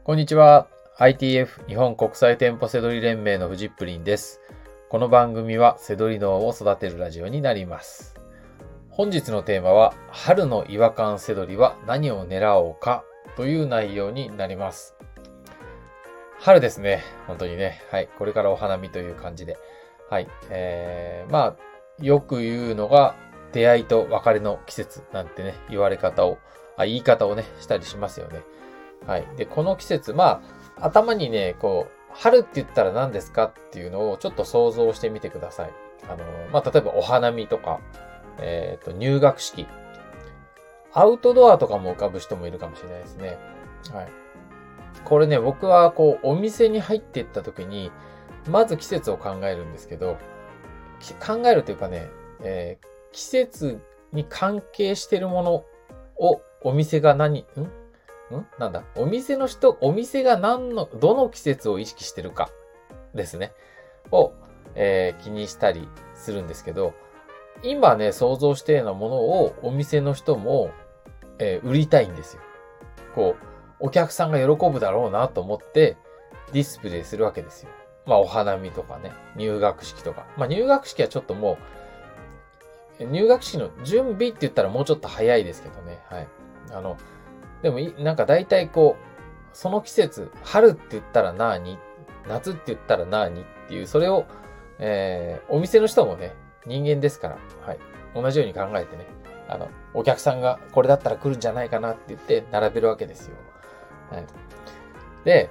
こんにちは。ITF 日本国際店舗セドリ連盟のフジップリンです。この番組はセドリ脳を育てるラジオになります。本日のテーマは春の違和感セドリは何を狙おうかという内容になります。春ですね。本当にね。はい。これからお花見という感じで。はい。よく言うのが出会いと別れの季節なんてね、言い方をね、したりしますよね。はい。で、この季節、頭にね、春って言ったら何ですかっていうのをちょっと想像してみてください。例えばお花見とか、入学式、アウトドアとかも浮かぶ人もいるかもしれないですね。はい。これね、僕はお店に入っていった時に、まず季節を考えるんですけど、考えるというかね、季節に関係しているものをお店がお店がどの季節を意識してるかですね。気にしたりするんですけど、今ね、想像しているようなものをお店の人も、売りたいんですよ。お客さんが喜ぶだろうなと思ってディスプレイするわけですよ。お花見とかね、入学式とか。入学式はちょっともう、入学式の準備って言ったらもうちょっと早いですけどね。はい。でも大体その季節、春って言ったら何？夏って言ったら何？っていう、それを、お店の人もね、人間ですから、はい。同じように考えてね、お客さんがこれだったら来るんじゃないかなって言って並べるわけですよ。はい。で、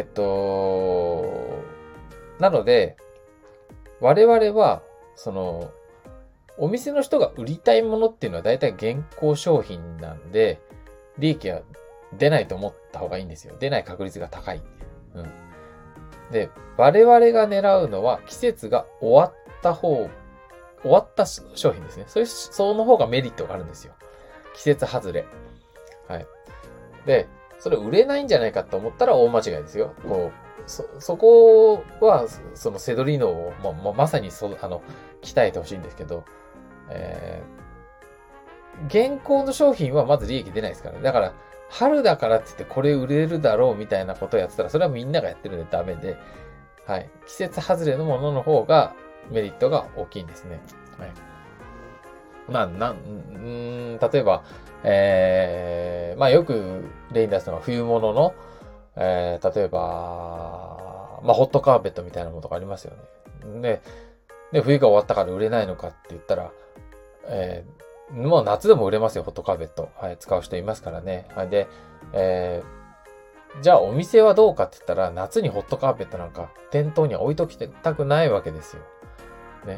なので、我々は、お店の人が売りたいものっていうのは大体現行商品なんで、利益は出ないと思った方がいいんですよ。出ない確率が高い。で、我々が狙うのは季節が終わった商品ですね。その方がメリットがあるんですよ。季節外れ。はい。で、それ売れないんじゃないかと思ったら大間違いですよ。そこは、そのセドリ脳をまさに鍛えてほしいんですけど、現行の商品はまず利益出ないですからね。だから、春だからって言ってこれ売れるだろうみたいなことをやってたら、それはみんながやってるんでダメで、はい。季節外れのものの方がメリットが大きいんですね。はい。例えば、よく例に出すのは冬物の、例えば、ホットカーペットみたいなものとかありますよね。で、冬が終わったから売れないのかって言ったら、もう夏でも売れますよ、ホットカーペット。はい、使う人いますからね。はい、で、じゃあお店はどうかって言ったら、夏にホットカーペットなんか店頭には置いときたくないわけですよ。ね。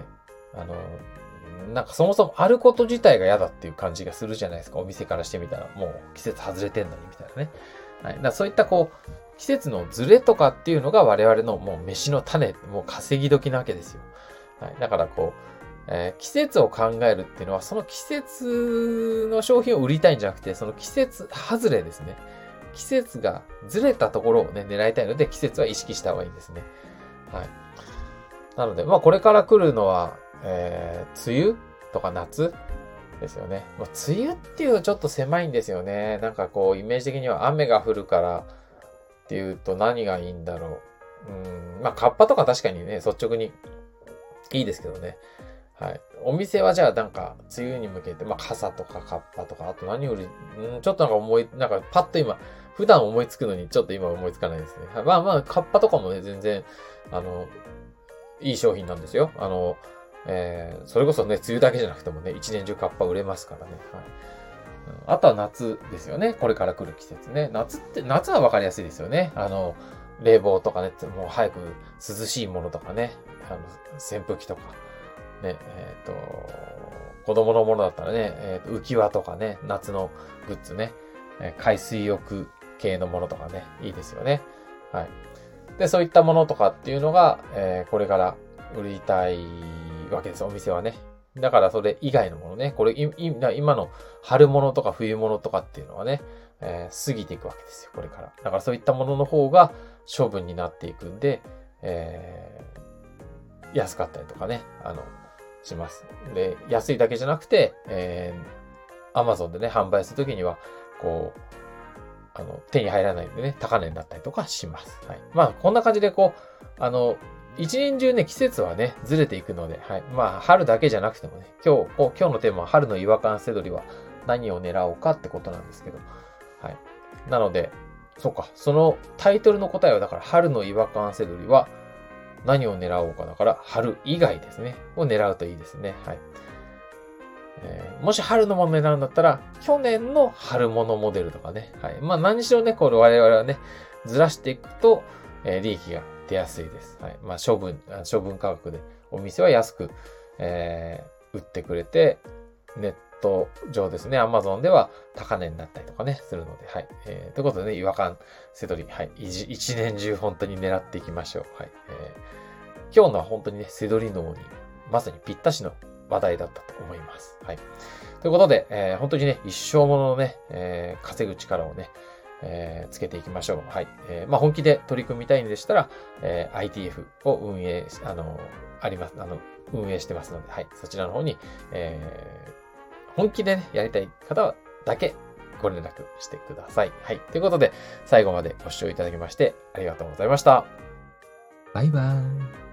そもそもあること自体が嫌だっていう感じがするじゃないですか。お店からしてみたら。もう季節外れてんのにみたいなね。はい。そういった季節のズレとかっていうのが我々のもう飯の種、もう稼ぎ時なわけですよ。はい。だから季節を考えるっていうのは、その季節の商品を売りたいんじゃなくて、その季節外れですね。季節がずれたところをね、狙いたいので、季節は意識した方がいいんですね。はい。なので、これから来るのは、梅雨とか夏ですよね。梅雨っていうのはちょっと狭いんですよね。イメージ的には雨が降るからっていうと何がいいんだろう。カッパとか確かにね、率直にいいですけどね。はい。お店はじゃあ梅雨に向けて、傘とかカッパとか、あと何より、ちょっとパッと今、普段思いつくのにちょっと今思いつかないですね。カッパとかもね、全然、いい商品なんですよ。それこそね、梅雨だけじゃなくてもね、一年中カッパ売れますからね。はい。あとは夏ですよね。これから来る季節ね。夏はわかりやすいですよね。冷房とかね、もう早く涼しいものとかね、扇風機とか。ね、子供のものだったらね、浮き輪とかね、夏のグッズね、海水浴系のものとかね、いいですよね。はい。で、そういったものとかっていうのが、これから売りたいわけです、お店はね。だからそれ以外のものね、今の春物とか冬物とかっていうのはね、過ぎていくわけですよ、これから。だからそういったものの方が処分になっていくんで、安かったりとかね、します。で、安いだけじゃなくて、Amazon でね、販売するときには、 手に入らないんでね、高値になったりとかします。はい。まあ、こんな感じで一年中ね、季節はね、ずれていくので、はい。まあ、春だけじゃなくてもね、今日のテーマは春の違和感せどりは何を狙おうかってことなんですけど、はい。なので、そうか、そのタイトルの答えは、だから春の違和感せどりは何を狙おうかだから、春以外ですね、を狙うといいですね。はい。もし春のものを狙うんだったら、去年の春物モデルとかね。はい。まあ何にしろね、これ我々はね、ずらしていくと、利益が出やすいです。はい。まあ処分価格でお店は安く、売ってくれて、ネット上ですね、Amazon では高値になったりとかね、するので、はい。ということでね、違和感せどり、はい。一年中本当に狙っていきましょう。はい。今日のは本当にね、せどり脳にまさにぴったしの話題だったと思います。はい。ということで、本当にね、一生もののね、稼ぐ力をね、つけていきましょう。はい。まあ、本気で取り組みたいんでしたら、ITF を運営してますので、はい。そちらの方に、本気でね、やりたい方だけご連絡してください。はい。ということで、最後までご視聴いただきまして、ありがとうございました。 バイバーイ。